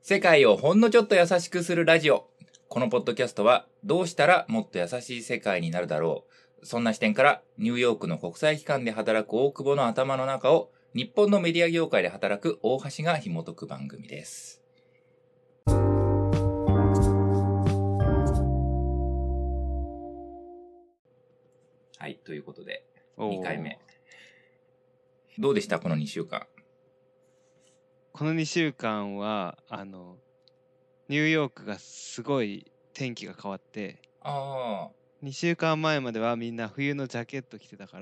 世界をほんのちょっと優しくするラジオ。このポッドキャストはどうしたらもっと優しい世界になるだろう。そんな視点からニューヨークの国際機関で働く大久保の頭の中を日本のメディア業界で働く大橋が紐解く番組です。はい、ということで2回目。どうでしたこの2週間。 この2週間はニューヨークがすごい天気が変わって、2週間前まではみんな冬のジャケット着てたから、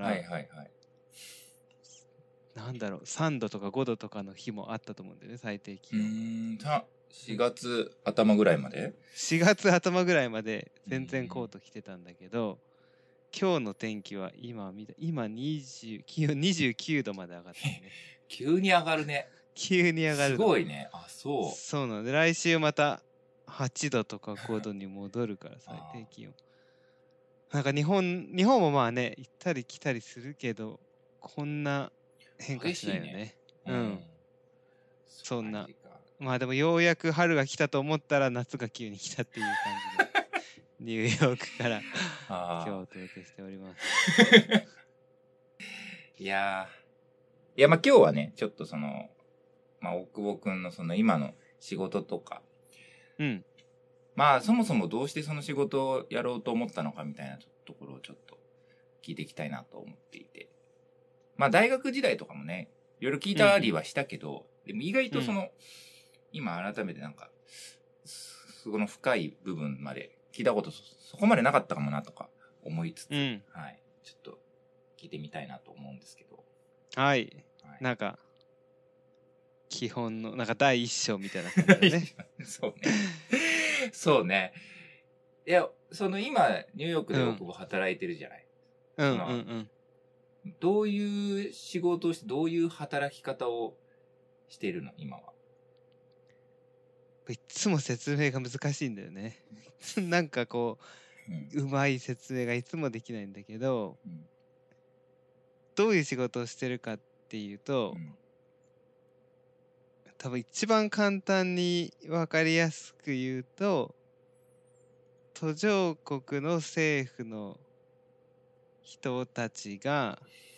なんだろう、3度とか5度とかの日もあったと思うんだよね、最低気温。 4月頭ぐらいまで ?4 月頭ぐらいまで全然コート着てたんだけど、今日の天気は今29度まで上がってね。 急に上がるね。 急に上がる。 すごいね。あ、そう。 そうなので、来週また8度とか5度に戻るから最低気温。なんか日本もまあね、行ったり来たりするけど、こんな変化しないよね。うん。そんな。まあでもようやく春が来たと思ったら夏が急に来たっていう感じで。ニューヨークから今日お届けしております。 いやまあ今日はね、ちょっと大久保くんの今の仕事とか、まあそもそもどうしてその仕事をやろうと思ったのかみたいなところをちょっと聞いていきたいなと思っていて。まあ大学時代とかもね、いろいろ聞いたりはしたけど、でも意外と今改めてなんか、その深い部分まで聞いたことそこまでなかったかもなとか思いつつ、はい、ちょっと聞いてみたいなと思うんですけど。 はい。なんか、基本の、なんか第一章みたいな感じだね。 そうね。そうね。いや、今、ニューヨークで大久保働いてるじゃない。どういう仕事をして、どういう働き方をしているの今は。 いつも説明が難しいんだよね。なんかこう、うまい説明がいつもできないんだけど、どういう仕事をしてるかっていうと、多分一番簡単に分かりやすく言うと、途上国の政府の人たちが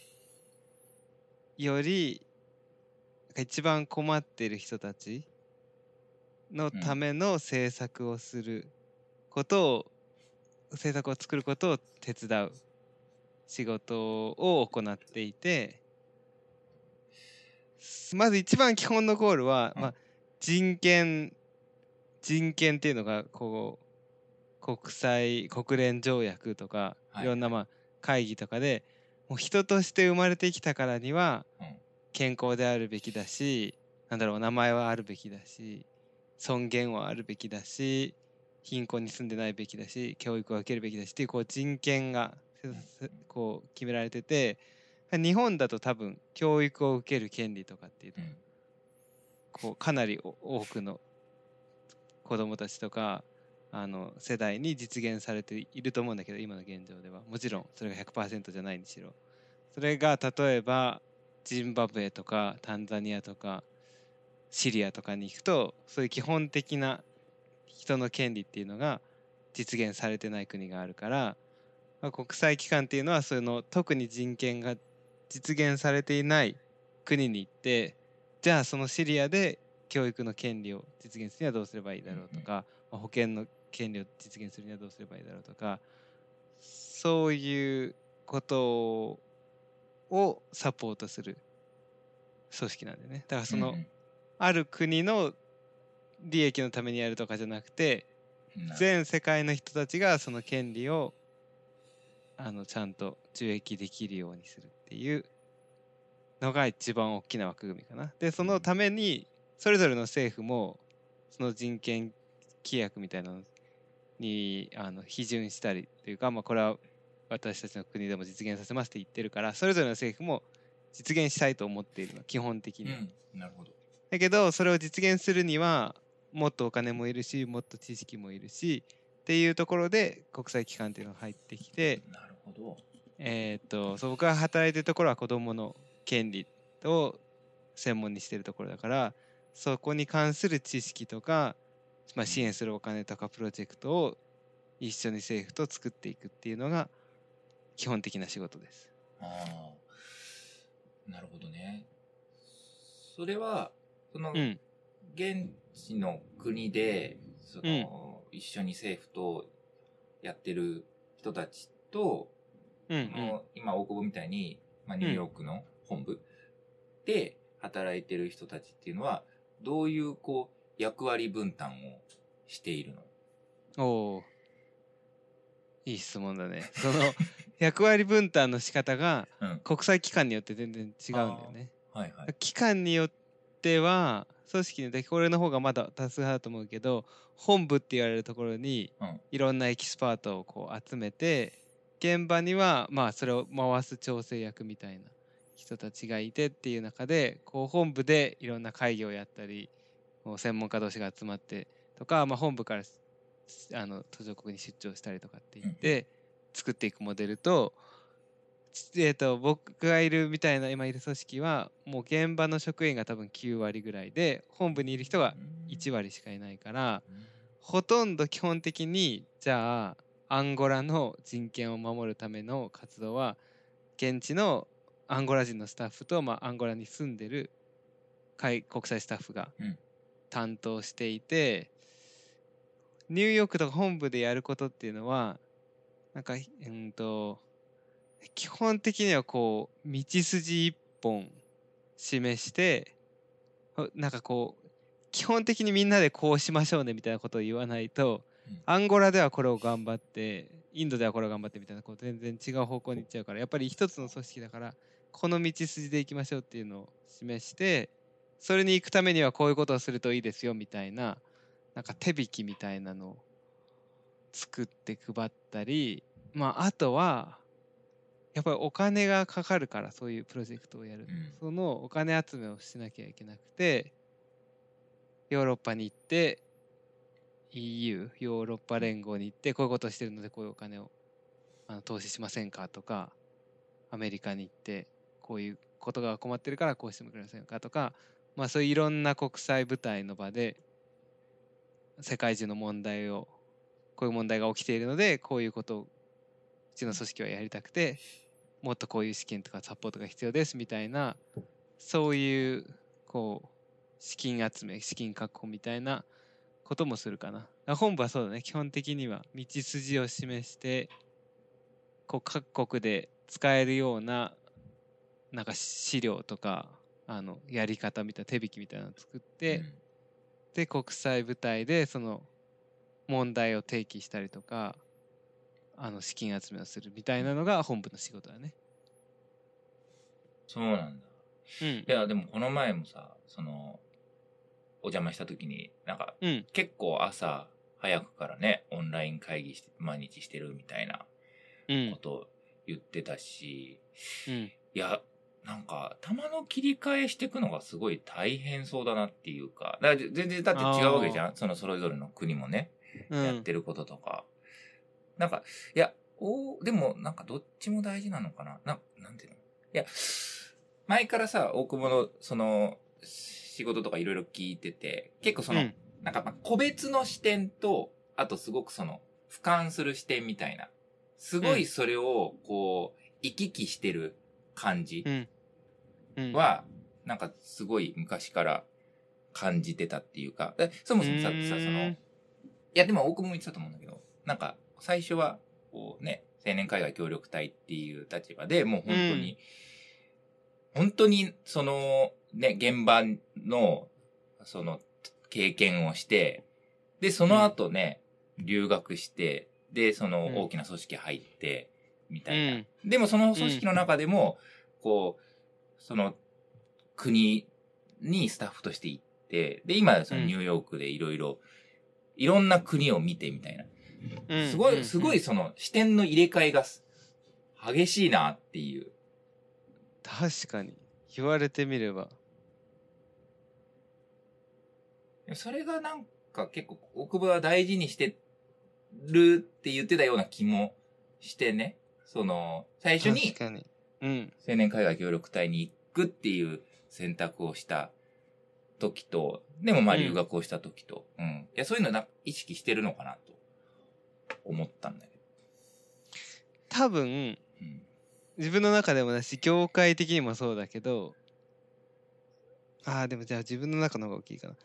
より一番困っている人たちのための政策をすることを、政策を作ることを手伝う仕事を行っていて、まず一番基本のゴールは、人権っていうのがこう国連条約とかいろんな会議とかで、もう人として生まれてきたからには健康であるべきだし、なんだろう、名前はあるべきだし、尊厳はあるべきだし、貧困に住んでないべきだし、教育を受けるべきだしっていう人権がこう決められてて、日本だと多分教育を受ける権利とかっていうと、こうかなり多くの子どもたちとか世代に実現されていると思うんだけど、今の現状ではもちろんそれが 100% じゃないにしろ、それが例えばジンバブエとかタンザニアとかシリアとかに行くと、そういう基本的な人の権利っていうのが実現されてない国があるから、国際機関っていうのはその特に人権が実現されていない国に行って、じゃあそのシリアで教育の権利を実現するにはどうすればいいだろうとか、保険の権利を実現するにはどうすればいいだろうとか、そういうことをサポートする組織なんだよね。だからある国の利益のためにやるとかじゃなくて、全世界の人たちがその権利をちゃんと受益できるようにするっていうのが一番大きな枠組みかな。でそのためにそれぞれの政府もその人権規約みたいなのに批准したりというか、これは私たちの国でも実現させますって言ってるから、それぞれの政府も実現したいと思っているの、基本的に。 なるほど。 だけどそれを実現するにはもっとお金もいるし、もっと知識もいるしっていうところで国際機関っていうのが入ってきて、 なるほど。 僕が働いてるところは子どもの権利を専門にしてるところだから、 そこに関する知識とか、まあ、支援するお金とかプロジェクトを一緒に政府と作っていくっていうのが基本的な仕事です。 ああ、なるほどね。それはその、現地の国でその、一緒に政府とやってる人たちと、今大久保みたいに、まあ、ニューヨークの本部で働いてる人たちっていうのはどういうこう役割分担をしているの？ おお、いい質問だね。その役割分担の仕方が国際機関によって全然違うんだよね。 はいはい、 機関によっては組織によってこれの方がまだ多数派だと思うけど、本部って言われるところにいろんなエキスパートをこう集めて、現場にはまあそれを回す調整役みたいな人たちがいてっていう中で、こう本部でいろんな会議をやったり、専門家同士が集まってとか、まあ、本部から途上国に出張したりとかって言って作っていくモデルと、僕がいるみたいな今いる組織はもう現場の職員が多分9割ぐらいで、本部にいる人が1割しかいないから、ほとんど基本的にじゃあアンゴラの人権を守るための活動は現地のアンゴラ人のスタッフと、まあ、アンゴラに住んでる国際スタッフが担当していて、ニューヨークとか本部でやることっていうのはなんか基本的にはこう道筋一本示して、なんかこう基本的にみんなでこうしましょうねみたいなことを言わないと、アンゴラではこれを頑張って、インドではこれを頑張ってみたいな、こう全然違う方向に行っちゃうから、やっぱり一つの組織だからこの道筋で行きましょうっていうのを示して、それに行くためにはこういうことをするといいですよみたいな、なんか手引きみたいなのを作って配ったり、まああとはやっぱりお金がかかるから、そういうプロジェクトをやる、そのお金集めをしなきゃいけなくて、ヨーロッパに行って EU ヨーロッパ連合に行って、こういうことをしてるのでこういうお金を投資しませんかとか、アメリカに行ってこういうことが困ってるからこうしてもくれませんかとか、まあそういういろんな国際舞台の場で世界中の問題を、こういう問題が起きているのでこういうことをうちの組織はやりたくて、もっとこういう資金とかサポートが必要ですみたいな、そういうこう資金集め、資金確保みたいなこともするかな。本部はそうだね、基本的には道筋を示して、こう各国で使えるようななんか資料とかやり方みたいな、手引きみたいなのを作って、で国際舞台でその問題を提起したりとか、資金集めをするみたいなのが本部の仕事だね。 そうなんだ。いやでもこの前もさ、そのお邪魔した時になんか、結構朝早くからねオンライン会議して毎日してるみたいなこと言ってたし、いやなんか球の切り替えしていくのがすごい大変そうだなっていうか、だから全然だって違うわけじゃん、それぞれの国もね、やってることとか、なんかいやでもなんかどっちも大事なのかな、なんていうの、いや前からさ大久保のその仕事とかいろいろ聞いてて、結構その、なんか個別の視点と、あとすごくその俯瞰する視点みたいな、すごいそれをこう行き来してる感じは、なんかすごい昔から感じてたっていうか、そもそもさ、その、いやでも大久保も言ってたと思うんだけど、なんか最初はこうね、青年海外協力隊っていう立場でもう本当にそのね、現場のその経験をして、で、その後ね、留学して、で、その大きな組織入って、みたいな。でもその組織の中でも、こう、その国にスタッフとして行って、で、今そのニューヨークでいろんな国を見てみたいな。すごいその視点の入れ替えが激しいなっていう。 確かに。言われてみれば。 それがなんか結構奥部は大事にしてるって言ってたような気もしてね。その、最初に、青年海外協力隊に行くっていう選択をした時と、でもまあ留学をした時と、いや、そういうの意識してるのかなと思ったんだけど。 多分、自分の中でもだし、業界的にもそうだけど、でもじゃあ自分の中の方が大きいかな。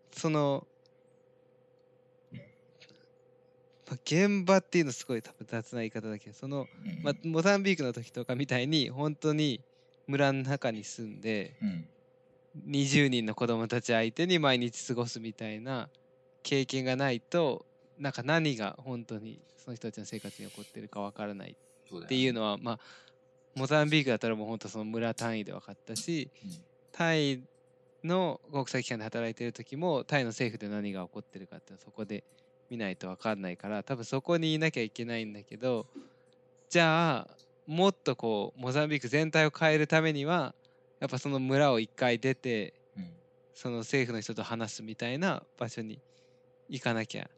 現場っていうのすごい多分雑な言い方だけど、モザンビークの時とかみたいに本当に村の中に住んで、20人の子供たち相手に毎日過ごすみたいな経験がないと、なんか何が本当にその人たちの生活に起こってるか分からないっていうのは、モザンビークだったらもう本当その村単位で分かったし、タイの国際機関で働いてる時もタイの政府で何が起こってるかってそこで見ないと分かんないから、多分そこにいなきゃいけないんだけど、じゃあもっとこうモザンビーク全体を変えるためにはやっぱその村を一回出て、その政府の人と話すみたいな場所に行かなきゃ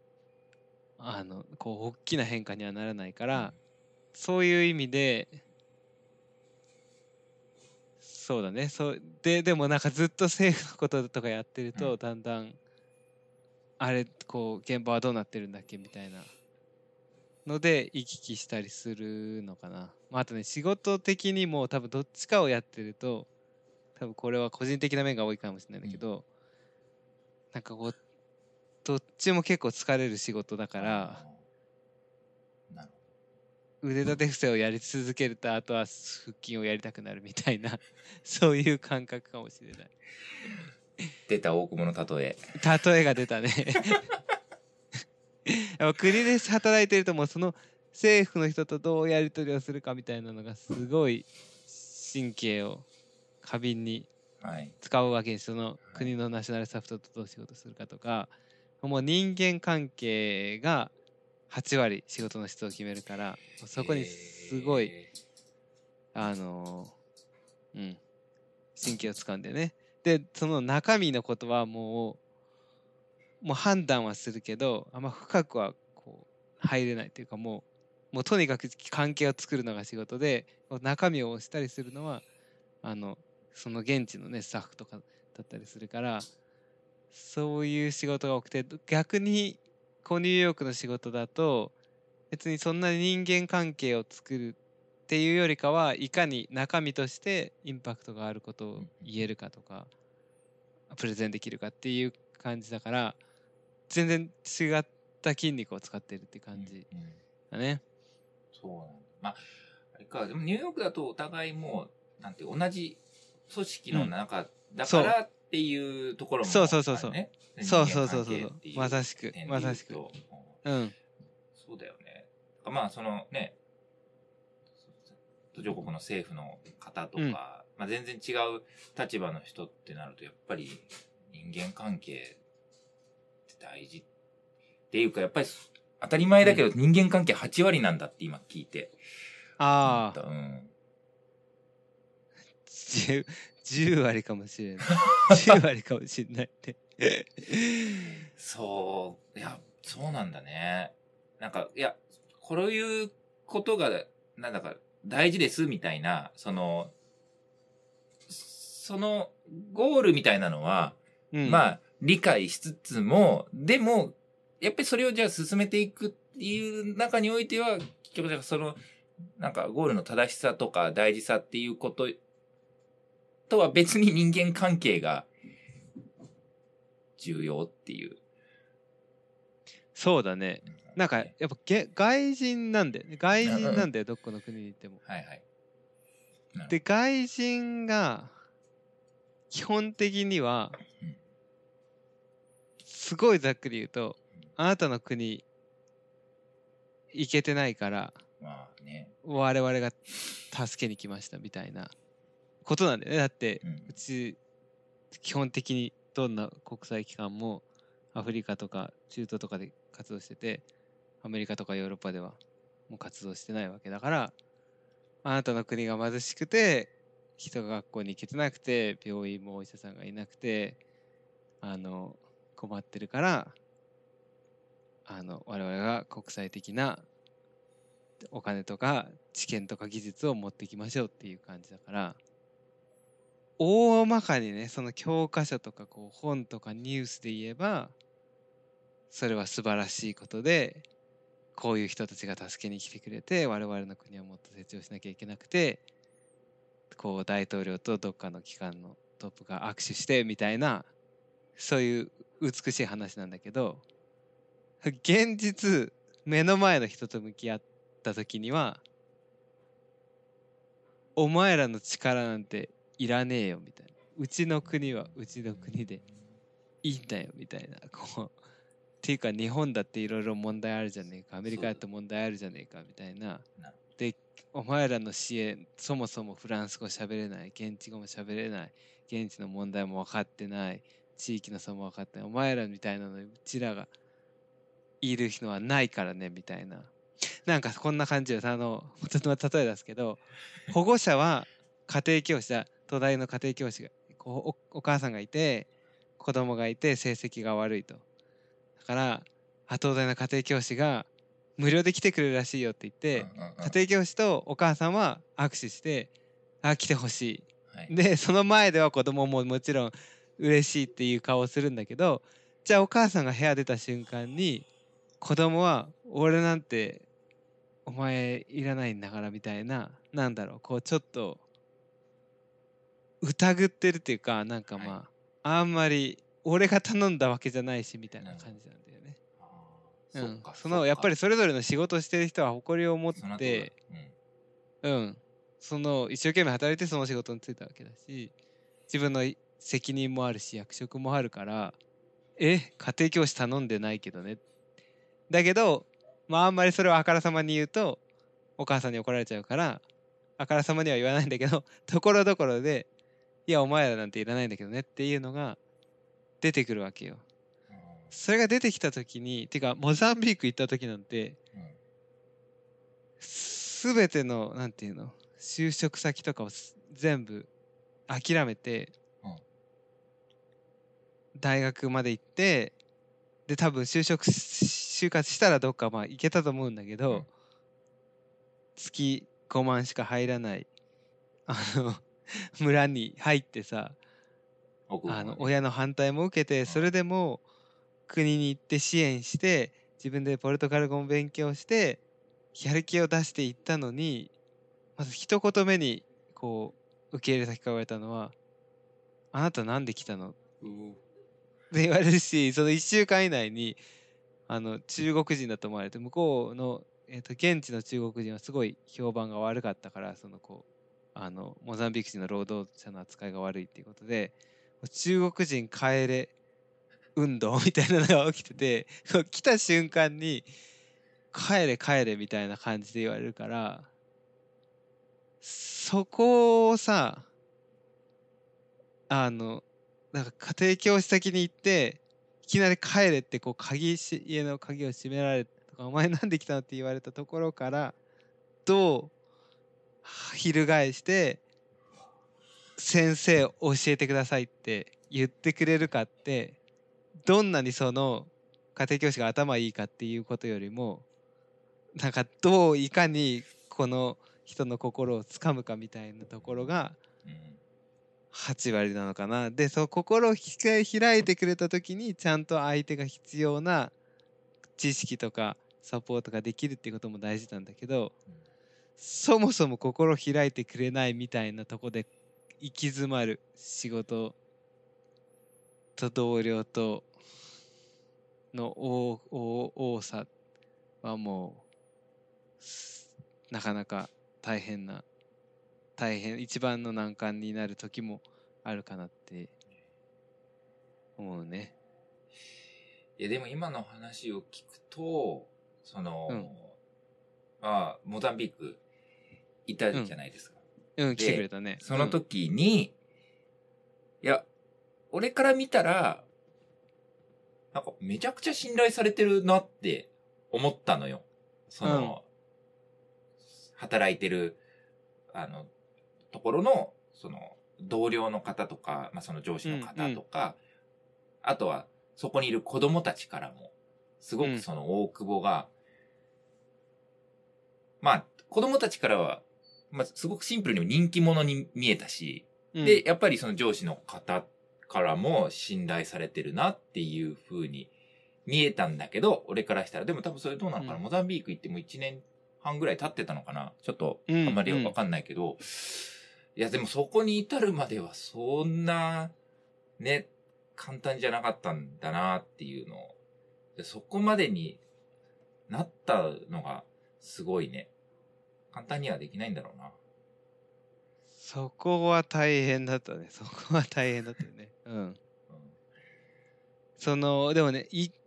こう大きな変化にはならないから、そういう意味でそうだね。でもなんかずっと政府のこととかやってると、だんだんこう現場はどうなってるんだっけみたいなので行き来したりするのかな。あとね、仕事的にも多分どっちかをやってると、多分これは個人的な面が多いかもしれないんだけど、なんかこうどっちも結構疲れる仕事だから、腕立て伏せをやり続けると、あとは腹筋をやりたくなるみたいなそういう感覚かもしれない。 出た大久保の例え。 例えが出たね国で働いてるともうその政府の人とどうやり取りをするかみたいなのがすごい神経を過敏に使うわけです。その国のナショナルスタッフとどう仕事するかとか、もう人間関係が8割仕事の質を決めるから、そこにすごい神経を使うんだよね。でその中身のことはもう判断はするけど、あんま深くはこう入れないというか、もうとにかく関係を作るのが仕事で、中身を押したりするのはその現地のねスタッフとかだったりするから、そういう仕事が多くて、逆にニューヨークの仕事だと別にそんなに人間関係を作るっていうよりかは、いかに中身としてインパクトがあることを言えるかとか、プレゼンできるかっていう感じだから、全然違った筋肉を使ってるって感じだね。 そうなんだ。まあ、あれか、でもニューヨークだとお互いもう、なんて同じ組織の中だからっていうところもあるね。 そう。まさしく。 そうだよね。まあ、そのね、途上国の政府の方とか、全然違う立場の人ってなると、やっぱり人間関係って大事っていうか、やっぱり当たり前だけど、人間関係8割なんだって今聞いて。 10割かもしれない。10割かもしれないってそう、いや、そうなんだね。なんか、いや、こういうことが、なんだか大事ですみたいな、そのゴールみたいなのは、まあ、理解しつつも、でも、やっぱりそれをじゃあ進めていくっていう中においては、結局、その、なんかゴールの正しさとか大事さっていうこととは別に人間関係が重要っていう。 そうだね。なんかやっぱ外人なんだよね。外人なんだよ、どこの国に行っても。で、外人が基本的には、すごいざっくり言うと、あなたの国行けてないから、我々が助けに来ましたみたいなことなんだよね。だってうち基本的にどんな国際機関もアフリカとか中東とかで活動してて、アメリカとかヨーロッパではもう活動してないわけだから、あなたの国が貧しくて人が学校に行けてなくて、病院もお医者さんがいなくて困ってるから、我々が国際的なお金とか知見とか技術を持ってきましょうっていう感じだから、 大まかにね、その教科書とかこう本とかニュースで言えば、それは素晴らしいことで、こういう人たちが助けに来てくれて、我々の国はもっと成長しなきゃいけなくて、こう大統領とどっかの機関のトップが握手してみたいな、そういう美しい話なんだけど、現実目の前の人と向き合った時には、お前らの力なんていらねえよみたいな、うちの国はうちの国でいいんだよみたいな、こうっていうか日本だっていろいろ問題あるじゃねえか、アメリカだって問題あるじゃねえかみたいな。で、お前らの支援、そもそもフランス語喋れない、現地語も喋れない、現地の問題も分かってない、地域の差も分かってない、お前らみたいなのうちらがいるのはないからねみたいな。なんかこんな感じで、ちょっと例え出すけど、保護者は家庭教師だ、東大の家庭教師が、お母さんがいて、子供がいて成績が悪いと。だから、東大の家庭教師が無料で来てくれるらしいよって言って、家庭教師とお母さんは握手して、来てほしい。はい、で、その前では子供ももちろん嬉しいっていう顔をするんだけど、じゃあお母さんが部屋出た瞬間に、子供は俺なんてお前いらないんだからみたいな、なんだろう、こうちょっと疑ってるっていうか、なんかまあ、あんまり俺が頼んだわけじゃないしみたいな感じなんだよね。うん、そのやっぱりそれぞれの仕事をしてる人は誇りを持って、うん、その一生懸命働いてその仕事に就いたわけだし、自分の責任もあるし役職もあるから、家庭教師頼んでないけどね。だけど、まああんまりそれをあからさまに言うとお母さんに怒られちゃうから、あからさまには言わないんだけど、ところどころで、いやお前らなんていらないんだけどねっていうのが出てくるわけよ。それが出てきた時に、てかモザンビーク行った時なんて、全てのなんていうの、就職先とかを全部諦めて、大学まで行って、で多分就活したらどっかまあ行けたと思うんだけど、月5万しか入らない村に入ってさ、親の反対も受けて、それでも国に行って支援して、自分でポルトガル語も勉強してやる気を出していったのに、まず一言目にこう受け入れ先から言われたのは、あなたなんで来たのって言われるし、その1週間以内に中国人だと思われて、向こうの、現地の中国人はすごい評判が悪かったから、そのこうモザンビーク人の労働者の扱いが悪いっていうことで、中国人帰れ運動みたいなのが起きてて、来た瞬間に帰れ帰れみたいな感じで言われるから、そこをさ、なんか家庭教師先に行っていきなり帰れってこう家の鍵を閉められてとか、お前なんで来たのって言われたところからどう翻して先生教えてくださいって言ってくれるかって、どんなにその家庭教師が頭いいかっていうことよりも、なんかどういかにこの人の心をつかむかみたいなところが8割なのかな。で、その心を開いてくれた時にちゃんと相手が必要な知識とかサポートができるっていうことも大事なんだけど、そもそも心を開いてくれないみたいなとこで行き詰まる仕事と同僚との多さはもうなかなか大変一番の難関になる時もあるかなって思うね。 いやでも今の話を聞くと、その、モザンビークいたじゃないですか。 来てくれたね。 その時に、いや、俺から見たら、なんかめちゃくちゃ信頼されてるなって思ったのよ。その、働いてる、ところの、その、同僚の方とか、まあ、その上司の方とか、あとは、そこにいる子供たちからも、すごくその大久保が、まあ、子供たちからは、まあ、すごくシンプルに人気者に見えたし、 で、やっぱりその上司の方からも信頼されてるなっていう風に見えたんだけど、俺からしたら、でも多分それどうなのかな、モザンビーク行っても1年半ぐらい経ってたのかな、ちょっとあんまりわかんないけど、いやでもそこに至るまではそんな、ね、簡単じゃなかったんだなっていうのを、でそこまでになったのがすごいね。簡単にはできないんだろうな。 そこは大変だったね。そこは大変だったよね。でもね、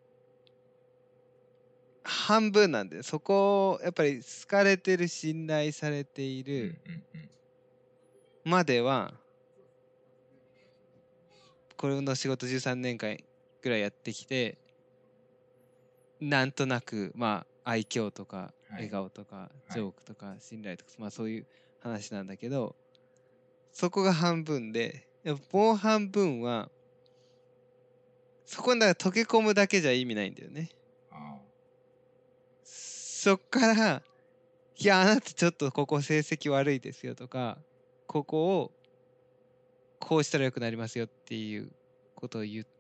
半分なんで、そこ、やっぱり好かれてる、信頼されているまでは、これの仕事13年間ぐらいやってきて、なんとなく、愛嬌とか、笑顔とか、ジョークとか、信頼とか、そういう話なんだけど、そこが半分で、もう半分は、そこにだから溶け込むだけじゃ意味ないんだよね。そっから、いや、あなたちょっとここ成績悪いですよとか、ここをこうしたら良くなりますよっていうことを言って、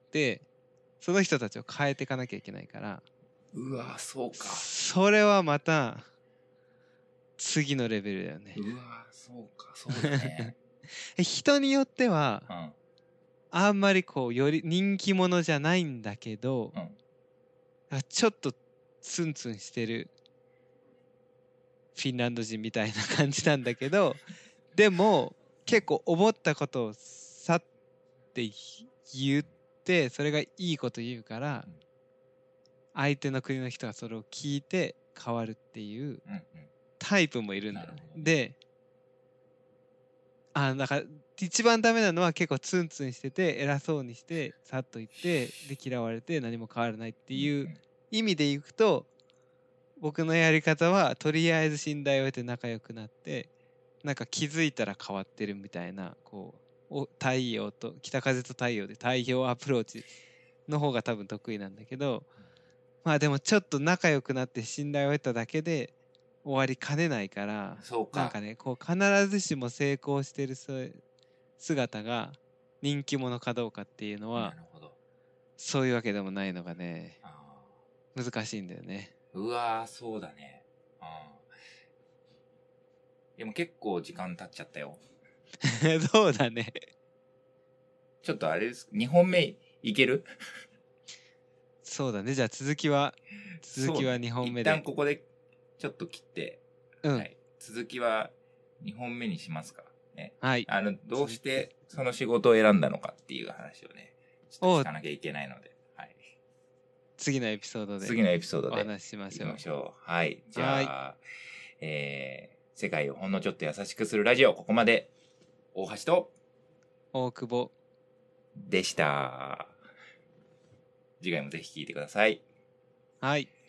その人たちを変えていかなきゃいけないから。 うわ、そうか。 それはまた、次のレベルだよね。 うわ、そうか、そうだね。 人によっては、あんまりより人気者じゃないんだけど、ちょっとツンツンしてるフィンランド人みたいな感じなんだけど、でも結構思ったことをさって言って、それがいいこと言うから、相手の国の人がそれを聞いて変わるっていうタイプもいるんだよね。で、だから一番ダメなのは結構ツンツンしてて偉そうにしてさっと言ってで嫌われて何も変わらないっていう意味でいくと、僕のやり方はとりあえず信頼を得て仲良くなって、なんか気づいたら変わってるみたいな、太陽と北風と太陽で太陽アプローチの方が多分得意なんだけど、でもちょっと仲良くなって信頼を得ただけで終わりかねないから、なんかね、必ずしも成功してる姿が人気者かどうかっていうのは、そういうわけでもないのがね、難しいんだよね。 うわー、そうだね。でも結構時間経っちゃったよ。 そうだね。 ちょっとあれです。2本目いける？ そうだね。じゃあ続きは2本目で。 一旦ここでちょっと切って、はい、続きは2本目にしますかね。 はい。 どうしてその仕事を選んだのかっていう話をね、ちょっと聞かなきゃいけないので。はい、 次のエピソードでお話ししましょう。はい。じゃあ、世界をほんのちょっと優しくするラジオ、ここまで大橋と大久保でした。次回もぜひ聞いてください。 はい。